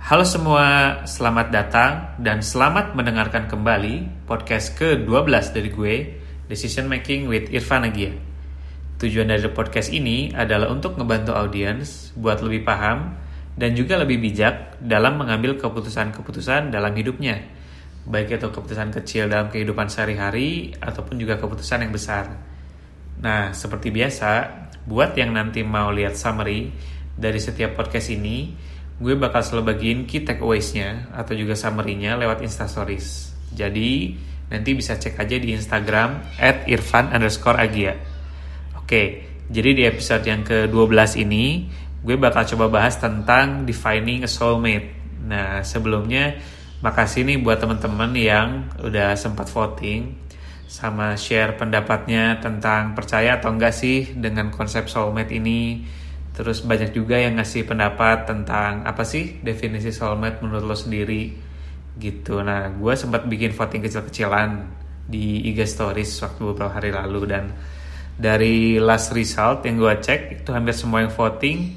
Halo semua, selamat datang dan selamat mendengarkan kembali podcast ke-12 dari gue, Decision Making with Irfan Agia. Tujuan dari podcast ini adalah untuk ngebantu audiens buat lebih paham dan juga lebih bijak dalam mengambil keputusan-keputusan dalam hidupnya. Baik itu keputusan kecil dalam kehidupan sehari-hari ataupun juga keputusan yang besar. Nah, seperti biasa, buat yang nanti mau lihat summary dari setiap podcast ini, gue bakal selalu bagiin key takeaways-nya atau juga summary-nya lewat Instastories. Jadi, nanti bisa cek aja di Instagram @irfan_agia. Oke, jadi di episode yang ke-12 ini, gue bakal coba bahas tentang defining a soulmate. Nah, sebelumnya, makasih nih buat teman-teman yang udah sempat voting sama share pendapatnya tentang percaya atau enggak sih dengan konsep soulmate ini. Terus banyak juga yang ngasih pendapat tentang apa sih definisi soulmate menurut lo sendiri gitu. Nah, gue sempat bikin voting kecil-kecilan di IG Stories waktu beberapa hari lalu. Dan dari last result yang gue cek, itu hampir semua yang voting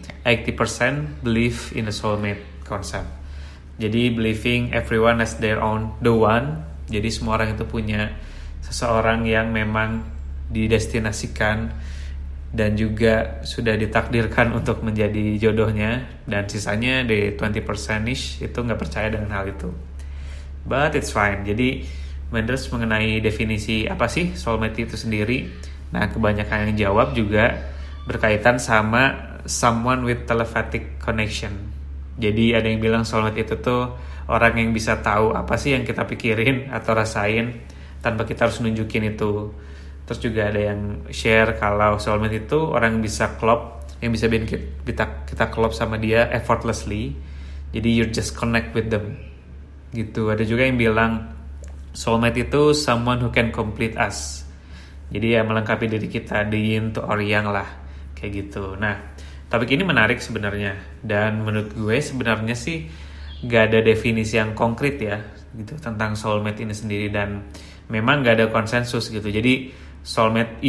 80% believe in the soulmate concept. Jadi believing everyone has their own the one. Jadi semua orang itu punya seseorang yang memang didestinasikan dan juga sudah ditakdirkan untuk menjadi jodohnya, dan sisanya di 20%ish itu nggak percaya dengan hal itu. But it's fine. Jadi menurut mengenai definisi apa sih soulmate itu sendiri, nah kebanyakan yang jawab juga berkaitan sama someone with telepathic connection. Jadi ada yang bilang soulmate itu tuh orang yang bisa tahu apa sih yang kita pikirin atau rasain tanpa kita harus nunjukin itu. Terus juga ada yang share kalau soulmate itu orang yang bisa klop, yang bisa bikin kita klop sama dia effortlessly. Jadi you just connect with them gitu. Ada juga yang bilang soulmate itu someone who can complete us. Jadi ya melengkapi diri kita, the yin to our yang lah, kayak gitu. Nah, topik ini menarik sebenarnya, dan menurut gue sebenarnya sih gak ada definisi yang konkret ya gitu tentang soulmate ini sendiri, dan memang gak ada konsensus gitu. Jadi soulmate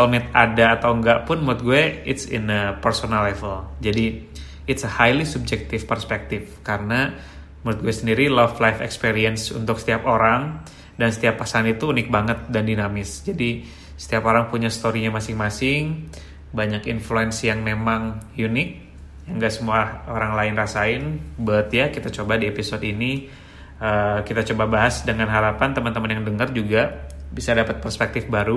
ada atau enggak pun menurut gue it's in a personal level. Jadi it's a highly subjective perspective, karena menurut gue sendiri love life experience untuk setiap orang dan setiap pasangan itu unik banget dan dinamis. Jadi setiap orang punya story-nya masing-masing, banyak influence yang memang unik yang gak semua orang lain rasain. But ya, kita coba di episode ini kita coba bahas dengan harapan teman-teman yang dengar juga bisa dapat perspektif baru,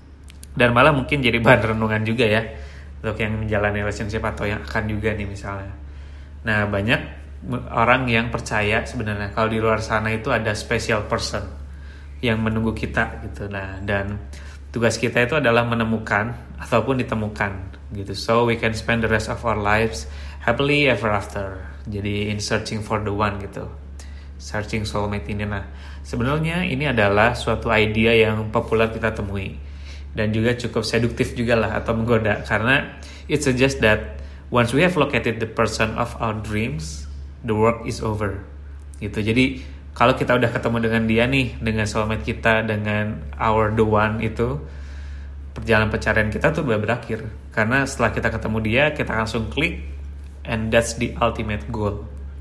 dan malah mungkin jadi bahan renungan juga ya untuk yang menjalani relationship atau yang akan juga nih misalnya. Nah, banyak orang yang percaya sebenarnya kalau di luar sana itu ada special person yang menunggu kita gitu. Nah, dan tugas kita itu adalah menemukan ataupun ditemukan gitu. So we can spend the rest of our lives happily ever after. Jadi in searching for the one gitu. Searching soulmate ini. Nah, sebenarnya ini adalah suatu idea yang populer kita temui dan juga cukup seduktif juga lah atau menggoda, karena it suggests that once we have located the person of our dreams, the work is over gitu. Jadi kalau kita udah ketemu dengan dia nih, dengan soulmate kita, dengan our the one itu, perjalanan pencarian kita tuh udah berakhir, karena setelah kita ketemu dia, kita langsung klik, and that's the ultimate goal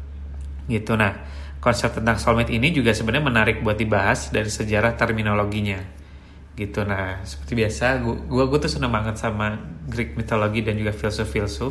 gitu. Nah, konsep tentang soulmate ini juga sebenarnya menarik buat dibahas dari sejarah terminologinya gitu. Nah, seperti biasa, gue tuh seneng banget sama Greek mythology dan juga filsuf-filsuf.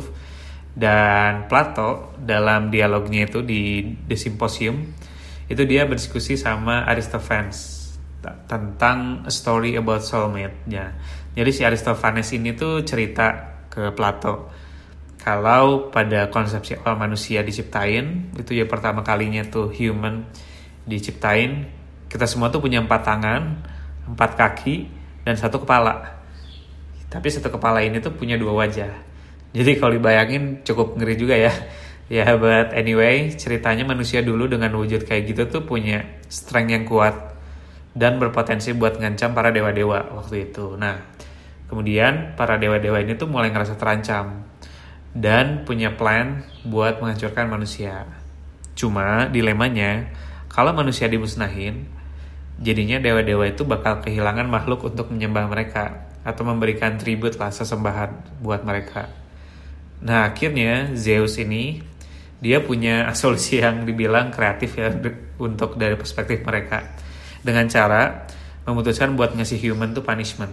Dan Plato dalam dialognya itu di The Symposium, itu dia berdiskusi sama Aristophanes tentang a story about soulmate ya. Jadi si Aristophanes ini tuh cerita ke Plato kalau pada konsepsi awal manusia diciptain, itu ya pertama kalinya tuh human diciptain, kita semua tuh punya 4 tangan, 4 kaki, dan 1 kepala. Tapi 1 kepala ini tuh punya 2 wajah. Jadi kalau dibayangin cukup ngeri juga ya. Ya, but anyway, ceritanya manusia dulu dengan wujud kayak gitu tuh punya strength yang kuat dan berpotensi buat ngancam para dewa-dewa waktu itu. Nah, kemudian para dewa-dewa ini tuh mulai ngerasa terancam dan punya plan buat menghancurkan manusia. Cuma dilemanya, kalau manusia dimusnahin, jadinya dewa-dewa itu bakal kehilangan makhluk untuk menyembah mereka atau memberikan tribut lah, sesembahan buat mereka. Nah, akhirnya Zeus ini dia punya solusi yang dibilang kreatif ya untuk dari perspektif mereka, dengan cara memutuskan buat ngasih human tuh punishment.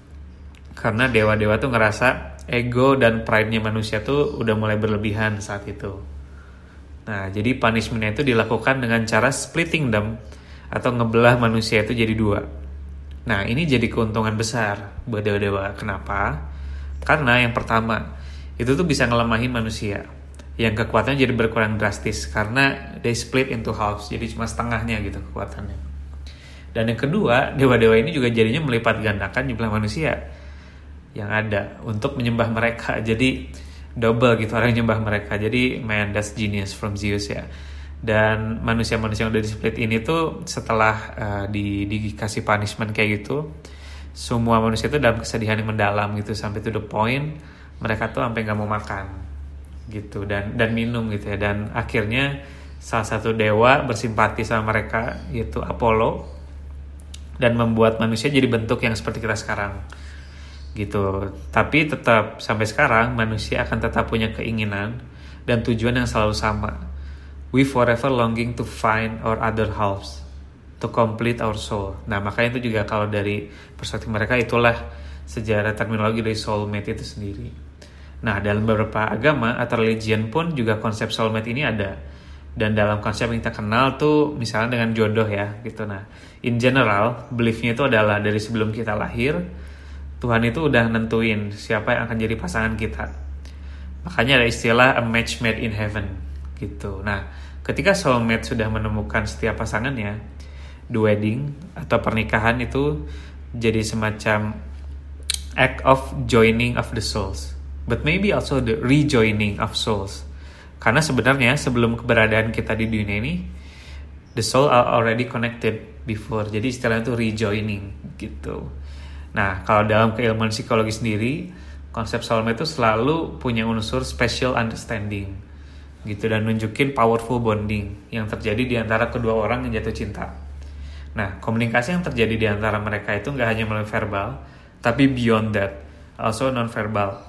Karena dewa-dewa tuh ngerasa ego dan pride-nya manusia tuh udah mulai berlebihan saat itu. Nah, jadi punishment-nya itu dilakukan dengan cara splitting them atau ngebelah manusia itu jadi dua. Nah, ini jadi keuntungan besar buat dewa-dewa. Kenapa? Karena yang pertama, itu tuh bisa ngelemahin manusia. Yang kekuatannya jadi berkurang drastis karena they split into halves, jadi cuma setengahnya gitu kekuatannya. Dan yang kedua, dewa-dewa ini juga jadinya melipat gandakan jumlah manusia yang ada untuk menyembah mereka. Jadi double gitu orang yang nyembah mereka. Jadi man, that's genius from Zeus ya. Dan manusia-manusia yang udah di split ini tuh setelah dikasih punishment kayak gitu, semua manusia itu dalam kesedihan yang mendalam gitu, sampai to the point mereka tuh sampai nggak mau makan gitu dan minum gitu ya. Dan akhirnya salah satu dewa bersimpati sama mereka, yaitu Apollo, dan membuat manusia jadi bentuk yang seperti kita sekarang gitu. Tapi tetap sampai sekarang manusia akan tetap punya keinginan dan tujuan yang selalu sama. We forever longing to find our other halves, to complete our soul. Nah, makanya itu juga kalau dari perspektif mereka, itulah sejarah terminologi dari soulmate itu sendiri. Nah, dalam beberapa agama atau religion pun juga konsep soulmate ini ada. Dan dalam konsep yang kita kenal tuh misalnya dengan jodoh ya gitu. Nah, in general, beliefnya itu adalah dari sebelum kita lahir, Tuhan itu udah nentuin siapa yang akan jadi pasangan kita. Makanya ada istilah a match made in heaven gitu. Nah, ketika soulmate sudah menemukan setiap pasangannya, the wedding atau pernikahan itu jadi semacam act of joining of the souls, but maybe also the rejoining of souls. Karena sebenarnya sebelum keberadaan kita di dunia ini, the soul are already connected before. Jadi istilahnya itu rejoining gitu. Nah, kalau dalam keilmuan psikologi sendiri, konsep soulmate itu selalu punya unsur special understanding gitu, dan nunjukin powerful bonding yang terjadi di antara kedua orang yang jatuh cinta. Nah, komunikasi yang terjadi di antara mereka itu nggak hanya melalui verbal, tapi beyond that, also non-verbal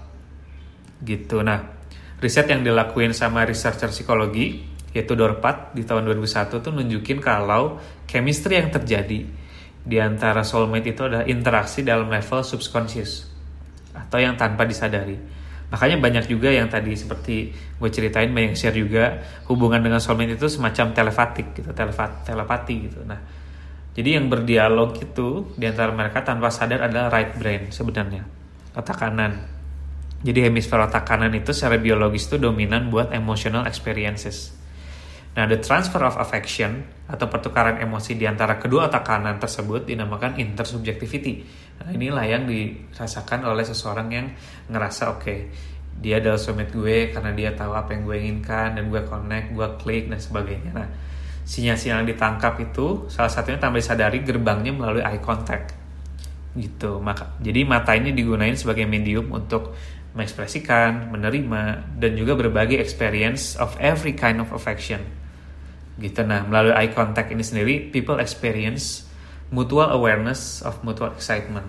gitu. Nah, riset yang dilakuin sama researcher psikologi, yaitu Dorpat di tahun 2001 tuh nunjukin kalau chemistry yang terjadi di antara soulmate itu adalah interaksi dalam level subconscious atau yang tanpa disadari. Makanya banyak juga yang tadi seperti gue ceritain, banyak share juga hubungan dengan soulmate itu semacam telepatik gitu, telepati gitu. Nah, jadi yang berdialog itu di antara mereka tanpa sadar adalah right brain sebenarnya, otak kanan. Jadi hemisfer otak kanan itu secara biologis itu dominan buat emotional experiences. Nah, the transfer of affection atau pertukaran emosi di antara kedua otak kanan tersebut dinamakan intersubjectivity. Nah, inilah yang dirasakan oleh seseorang yang ngerasa oke, dia adalah soulmate gue karena dia tahu apa yang gue inginkan dan gue connect, gue klik dan sebagainya. Nah, sinyal-sinyal yang ditangkap itu salah satunya tanpa disadari gerbangnya melalui eye contact gitu. Jadi mata ini digunakan sebagai medium untuk mengekspresikan, menerima, dan juga berbagi experience of every kind of affection gitu. Nah, melalui eye contact ini sendiri, people experience mutual awareness of mutual excitement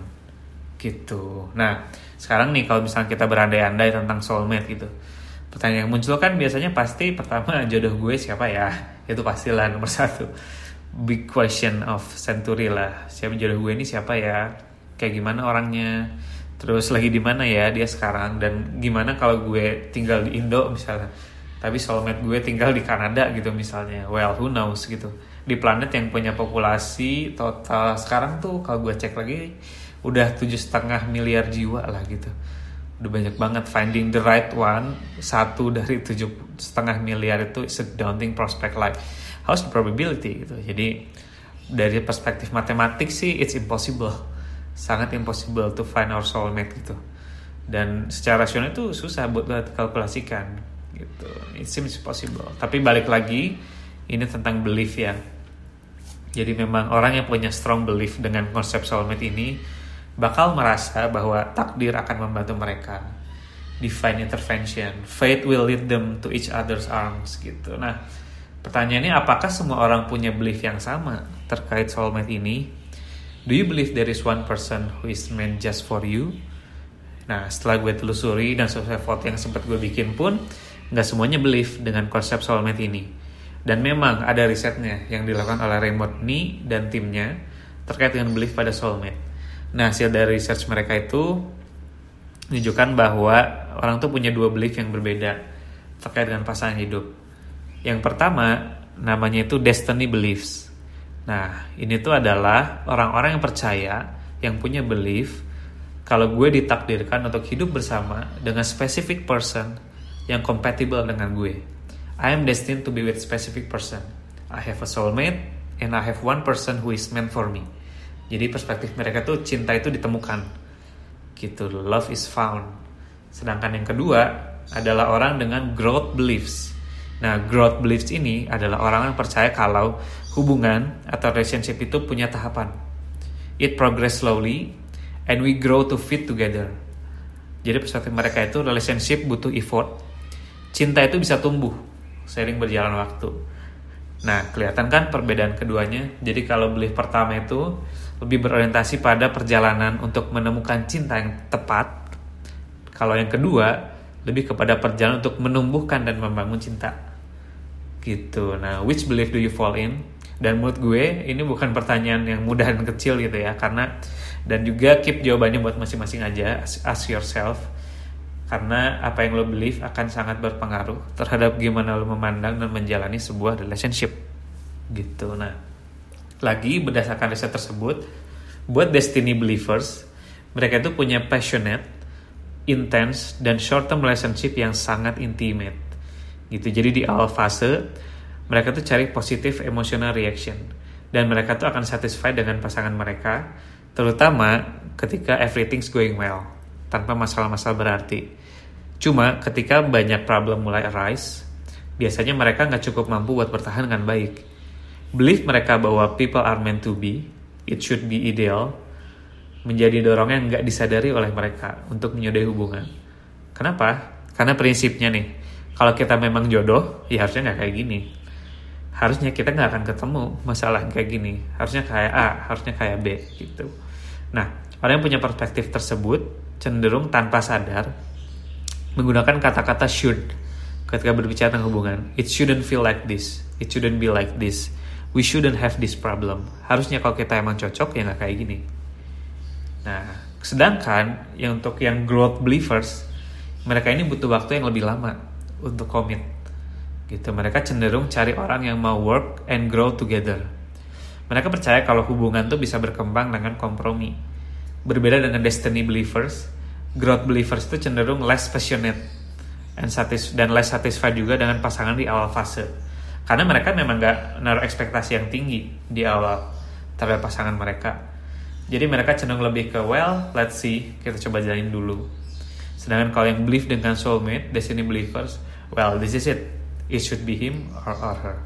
gitu. Nah, sekarang nih kalau misalnya kita berandai-andai tentang soulmate gitu, pertanyaan yang muncul kan biasanya pasti pertama, jodoh gue siapa ya? Itu pastilah nomor satu, big question of century lah. Siapa jodoh gue ini siapa ya? Kayak gimana orangnya? Terus lagi di mana ya dia sekarang, dan gimana kalau gue tinggal di Indo misalnya, tapi soulmate gue tinggal di Kanada gitu misalnya. Well, who knows gitu. Di planet yang punya populasi total sekarang tuh kalau gue cek lagi udah 7,5 miliar jiwa lah gitu. Udah banyak banget. Finding the right one, satu dari 7,5 miliar itu is a daunting prospect. Like, how's the probability gitu. Jadi dari perspektif matematik sih it's impossible, sangat impossible to find our soulmate gitu. Dan secara rasional itu susah buat kalkulasikan gitu. It seems possible. Tapi balik lagi, ini tentang belief ya. Jadi memang orang yang punya strong belief dengan konsep soulmate ini bakal merasa bahwa takdir akan membantu mereka. Divine intervention, fate will lead them to each other's arms gitu. Nah, pertanyaannya, apakah semua orang punya belief yang sama terkait soulmate ini? Do you believe there is one person who is meant just for you? Nah, setelah gue telusuri dan sesuai vote yang sempat gue bikin pun, nggak semuanya believe dengan konsep soulmate ini. Dan memang ada risetnya yang dilakukan oleh Raymond Nee dan timnya terkait dengan belief pada soulmate. Nah, hasil dari research mereka itu menunjukkan bahwa orang tuh punya dua belief yang berbeda terkait dengan pasangan hidup. Yang pertama, namanya itu destiny beliefs. Nah, ini tuh adalah orang-orang yang percaya, yang punya belief kalau gue ditakdirkan untuk hidup bersama dengan specific person yang compatible dengan gue. I am destined to be with specific person. I have a soulmate and I have one person who is meant for me. Jadi perspektif mereka tuh cinta itu ditemukan. Gitu, love is found. Sedangkan yang kedua adalah orang dengan growth beliefs. Nah, growth beliefs ini adalah orang yang percaya kalau hubungan atau relationship itu punya tahapan. It progress slowly and we grow to fit together. Jadi perspektif mereka itu relationship butuh effort. Cinta itu bisa tumbuh seiring berjalan waktu. Nah, kelihatan kan perbedaan keduanya. Jadi kalau belief pertama itu lebih berorientasi pada perjalanan untuk menemukan cinta yang tepat. Kalau yang kedua lebih kepada perjalanan untuk menumbuhkan dan membangun cinta. Gitu. Nah, which belief do you fall in? Dan menurut gue ini bukan pertanyaan yang mudah dan kecil gitu ya, karena dan juga keep jawabannya buat masing-masing aja, ask yourself. Karena apa yang lo believe akan sangat berpengaruh terhadap gimana lo memandang dan menjalani sebuah relationship. Gitu. Nah, lagi berdasarkan riset tersebut, buat destiny believers, mereka itu punya passionate, intense, dan short-term relationship yang sangat intimate. Gitu. Jadi di awal fase, mereka tuh cari positive emotional reaction. Dan mereka tuh akan satisfied dengan pasangan mereka, terutama ketika everything's going well, tanpa masalah-masalah berarti. Cuma ketika banyak problem mulai arise, biasanya mereka nggak cukup mampu buat bertahan dengan baik. Belief mereka bahwa people are meant to be, it should be ideal, menjadi dorongan yang nggak disadari oleh mereka untuk menyudahi hubungan. Kenapa? Karena prinsipnya nih, kalau kita memang jodoh, ya harusnya nggak kayak gini. Harusnya kita nggak akan ketemu masalah kayak gini. Harusnya kayak A, harusnya kayak B gitu. Nah, orang yang punya perspektif tersebut cenderung tanpa sadar menggunakan kata-kata should ketika berbicara tentang hubungan. It shouldn't feel like this. It shouldn't be like this. We shouldn't have this problem. Harusnya kalau kita emang cocok ya nggak kayak gini. Nah, sedangkan yang untuk yang growth believers, mereka ini butuh waktu yang lebih lama untuk komit. Gitu. Mereka cenderung cari orang yang mau work and grow together. Mereka percaya kalau hubungan tuh bisa berkembang dengan kompromi. Berbeda dengan destiny believers, growth believers itu cenderung less passionate dan less satisfied juga dengan pasangan di awal fase. Karena mereka memang gak naruh ekspektasi yang tinggi di awal terhadap pasangan mereka. Jadi mereka cenderung lebih ke well, let's see, kita coba jalanin dulu. Sedangkan kalau yang believe dengan soulmate, destiny believers, well, this is it. It should be him or her.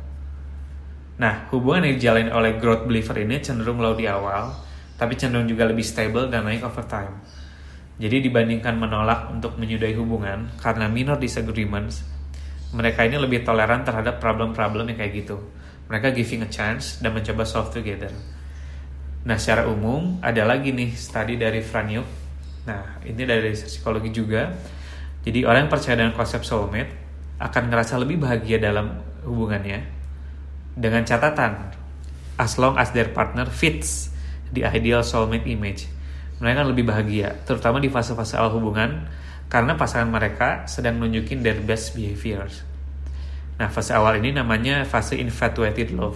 Nah, hubungan yang dijalani oleh growth believer ini cenderung low di awal, tapi cenderung juga lebih stable dan naik over time. Jadi dibandingkan menolak untuk menyudahi hubungan karena minor disagreements, mereka ini lebih toleran terhadap problem-problem yang kayak gitu. Mereka giving a chance dan mencoba solve together. Nah, secara umum ada lagi nih studi dari Franyuk. Nah, ini dari psikologi juga. Jadi orang yang percaya dengan konsep soulmate akan ngerasa lebih bahagia dalam hubungannya dengan catatan as long as their partner fits the ideal soulmate image. Mereka lebih bahagia, terutama di fase-fase awal hubungan, karena pasangan mereka sedang nunjukin their best behaviors. Nah, fase awal ini namanya fase infatuated love,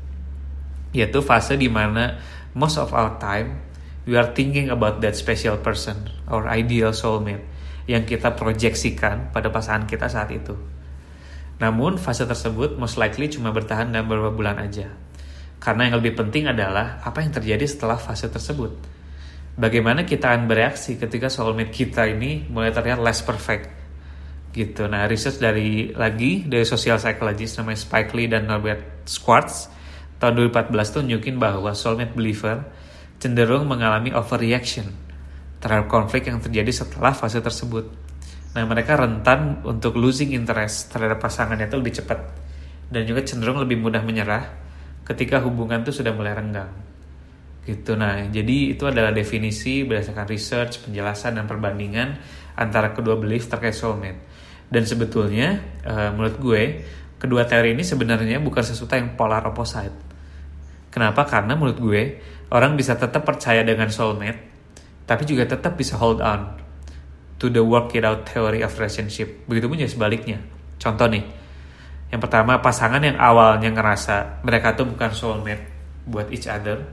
yaitu fase di mana most of our time we are thinking about that special person or ideal soulmate yang kita proyeksikan pada pasangan kita saat itu. Namun, fase tersebut most likely cuma bertahan dalam beberapa bulan aja. Karena yang lebih penting adalah apa yang terjadi setelah fase tersebut. Bagaimana kita akan bereaksi ketika soulmate kita ini mulai terlihat less perfect gitu. Nah, research dari social psychologist namanya Spike Lee dan Norbert Schwartz tahun 2014 tuh nunjukin bahwa soulmate believer cenderung mengalami overreaction terhadap konflik yang terjadi setelah fase tersebut. Nah, mereka rentan untuk losing interest terhadap pasangannya itu lebih cepat dan juga cenderung lebih mudah menyerah ketika hubungan itu sudah mulai renggang. Gitu. Nah, jadi itu adalah definisi berdasarkan research, penjelasan dan perbandingan antara kedua belief terkait soulmate. Dan sebetulnya menurut gue kedua teori ini sebenarnya bukan sesuatu yang polar opposite. Kenapa? Karena menurut gue orang bisa tetap percaya dengan soulmate, tapi juga tetap bisa hold on to the work it out theory of relationship. Begitupun juga sebaliknya. Contoh nih, yang pertama pasangan yang awalnya ngerasa mereka tuh bukan soulmate buat each other,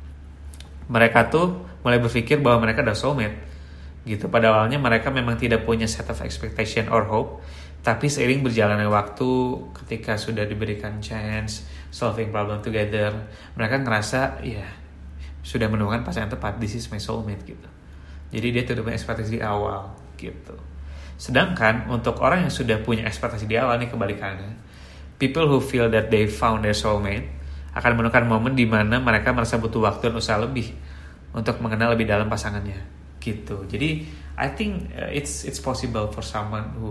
mereka tuh mulai berpikir bahwa mereka ada soulmate gitu. Pada awalnya mereka memang tidak punya set of expectation or hope, tapi seiring berjalannya waktu, ketika sudah diberikan chance solving problem together, mereka ngerasa ya sudah menemukan pasangan tepat, this is my soulmate gitu. Jadi dia tidak punya ekspektasi di awal gitu. Sedangkan untuk orang yang sudah punya ekspektasi di awal nih kebalikannya, people who feel that they found their soulmate akan menemukan momen di mana mereka merasa butuh waktu dan usaha lebih untuk mengenal lebih dalam pasangannya gitu. Jadi I think it's possible for someone who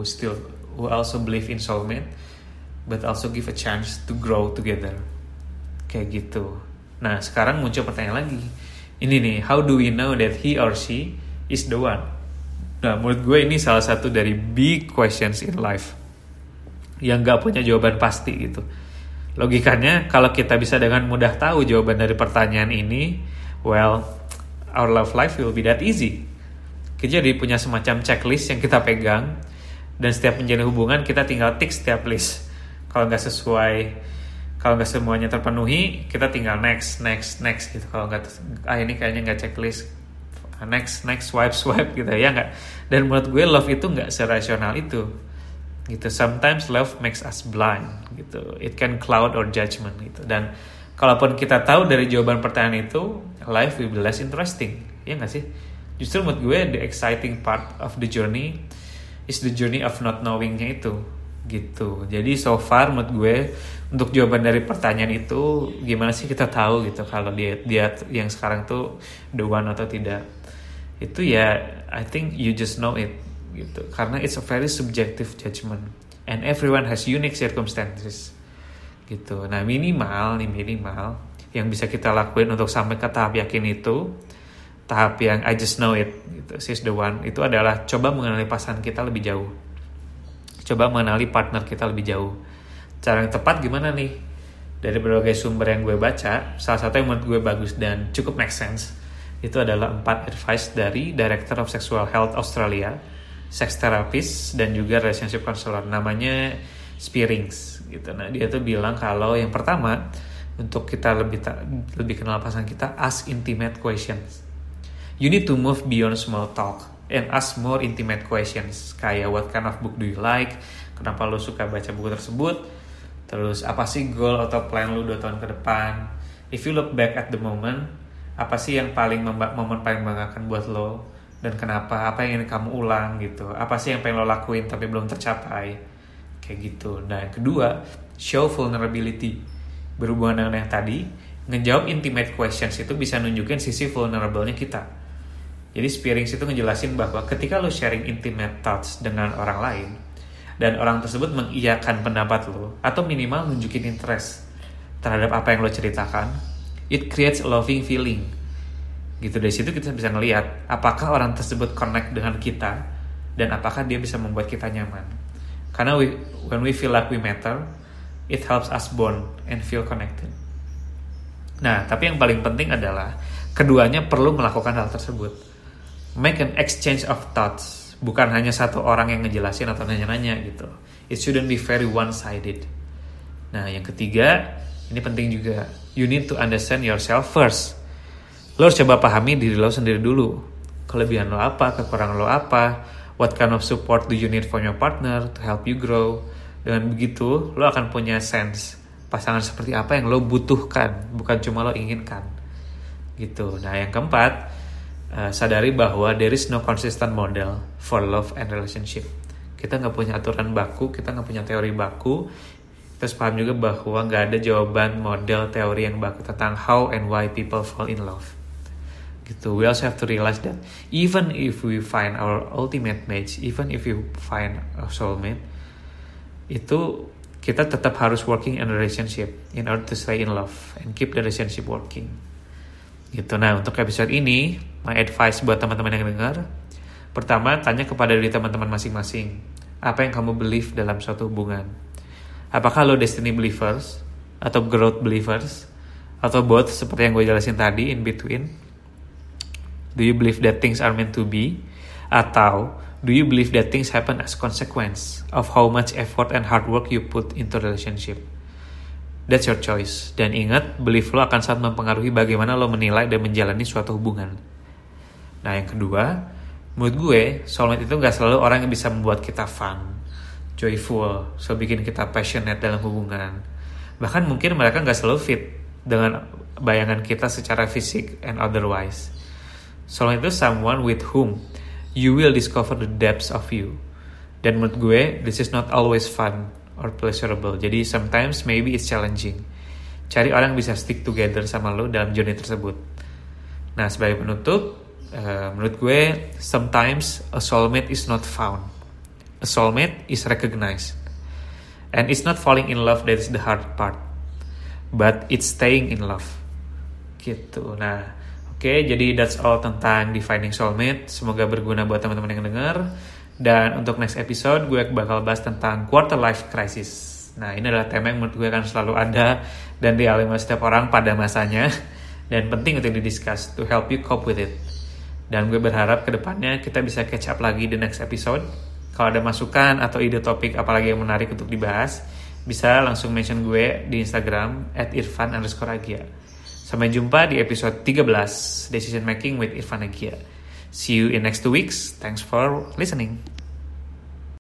also believe in soulmate but also give a chance to grow together kayak gitu. Nah sekarang muncul pertanyaan lagi, ini nih, how do we know that he or she is the one? Nah menurut gue ini salah satu dari big questions in life yang gak punya jawaban pasti gitu. Logikanya kalau kita bisa dengan mudah tahu jawaban dari pertanyaan ini, well, our love life will be that easy. Kita jadi punya semacam checklist yang kita pegang, dan setiap menjalin hubungan kita tinggal tick setiap list. Kalau nggak sesuai, kalau nggak semuanya terpenuhi, kita tinggal next gitu. Kalau nggak, ini kayaknya nggak checklist, next swipe gitu ya nggak. Dan menurut gue love itu nggak serasional itu gitu. Sometimes love makes us blind gitu. It can cloud our judgment gitu. Dan kalaupun kita tahu dari jawaban pertanyaan itu, life will be less interesting, ya nggak sih? Justru menurut gue the exciting part of the journey is the journey of not knowingnya itu gitu. Jadi so far menurut gue untuk jawaban dari pertanyaan itu, gimana sih kita tahu gitu kalau dia yang sekarang tuh the one atau tidak? Itu ya I think you just know it gitu. Karena it's a very subjective judgment and everyone has unique circumstances gitu. Nah minimal yang bisa kita lakuin untuk sampai ke tahap yakin itu, tahap yang I just know it gitu, she's the one, itu adalah coba mengenali pasangan kita lebih jauh, coba mengenali partner kita lebih jauh. Cara yang tepat gimana nih? Dari berbagai sumber yang gue baca, salah satu yang menurut gue bagus dan cukup make sense itu adalah 4 advice dari Director of Sexual Health Australia, sex therapist dan juga relationship counselor, namanya Spearings gitu. Nah dia tuh bilang kalau yang pertama, untuk kita lebih kenal pasangan kita, ask intimate questions. You need to move beyond small talk and ask more intimate questions. Kayak what kind of book do you like? Kenapa lo suka baca buku tersebut? Terus apa sih goal atau plan lo 2 tahun ke depan? If you look back at the moment, apa sih yang momen paling membanggakan buat lo? Dan kenapa? Apa yang ingin kamu ulang gitu? Apa sih yang pengen lo lakuin tapi belum tercapai? Kayak gitu. Nah yang kedua, show vulnerability. Berhubungan dengan yang tadi, ngejawab intimate questions itu bisa nunjukin sisi vulnerable-nya kita. Jadi Spearings itu ngejelasin bahwa ketika lo sharing intimate thoughts dengan orang lain, dan orang tersebut mengiyakan pendapat lo, atau minimal nunjukin interest terhadap apa yang lo ceritakan, it creates a loving feeling. Gitu, dari situ kita bisa ngelihat apakah orang tersebut connect dengan kita, dan apakah dia bisa membuat kita nyaman. Karena when we feel like we matter, it helps us bond and feel connected. Nah, tapi yang paling penting adalah keduanya perlu melakukan hal tersebut. Make an exchange of thoughts. Bukan hanya satu orang yang ngejelasin atau nanya-nanya gitu. It shouldn't be very one-sided. Nah, yang ketiga, ini penting juga. You need to understand yourself first. Lo harus coba pahami diri lo sendiri dulu. Kelebihan lo apa, kekurangan lo apa, what kind of support do you need from your partner to help you grow. Dengan begitu, lo akan punya sense pasangan seperti apa yang lo butuhkan, bukan cuma lo inginkan. Gitu. Nah, yang keempat, sadari bahwa there is no consistent model for love and relationship. Kita nggak punya aturan baku, kita nggak punya teori baku. Terus paham juga bahwa nggak ada jawaban model teori yang baku tentang how and why people fall in love. Gitu. We also have to realize that even if we find our ultimate match, even if you find a soulmate, itu kita tetap harus working in a relationship in order to stay in love and keep the relationship working. Gitu. Nah, untuk episode ini, my advice buat teman-teman yang dengar, pertama, tanya kepada diri teman-teman masing-masing, apa yang kamu believe dalam suatu hubungan. Apakah lo destiny believers atau growth believers atau both seperti yang gue jelasin tadi in between? Do you believe that things are meant to be? Atau do you believe that things happen as consequence of how much effort and hard work you put into relationship? That's your choice. Dan ingat, belief lo akan sangat mempengaruhi bagaimana lo menilai dan menjalani suatu hubungan. Nah, yang kedua, menurut gue, soulmate itu gak selalu orang yang bisa membuat kita fun, joyful, so bikin kita passionate dalam hubungan. Bahkan mungkin mereka gak selalu fit dengan bayangan kita secara fisik and otherwise. Soulmate itu someone with whom you will discover the depths of you. Dan menurut gue, this is not always fun or pleasurable. Jadi sometimes maybe it's challenging. Cari orang yang bisa stick together sama lo dalam journey tersebut. Nah, sebagai penutup, menurut gue, sometimes a soulmate is not found. A soulmate is recognized. And it's not falling in love that is the hard part, but it's staying in love. Gitu. Nah, oke, jadi that's all tentang defining soulmate. Semoga berguna buat teman-teman yang dengar. Dan untuk next episode, gue bakal bahas tentang quarter life crisis. Nah, ini adalah tema yang menurut gue akan selalu ada dan dialami setiap orang pada masanya. Dan penting untuk didiscuss to help you cope with it. Dan gue berharap kedepannya kita bisa catch up lagi di next episode. Kalau ada masukan atau ide topik apalagi yang menarik untuk dibahas, bisa langsung mention gue di Instagram @irfan_agia. Sampai jumpa di episode 13 Decision Making with Irfan Agia. See you in next 2 weeks. Thanks for listening.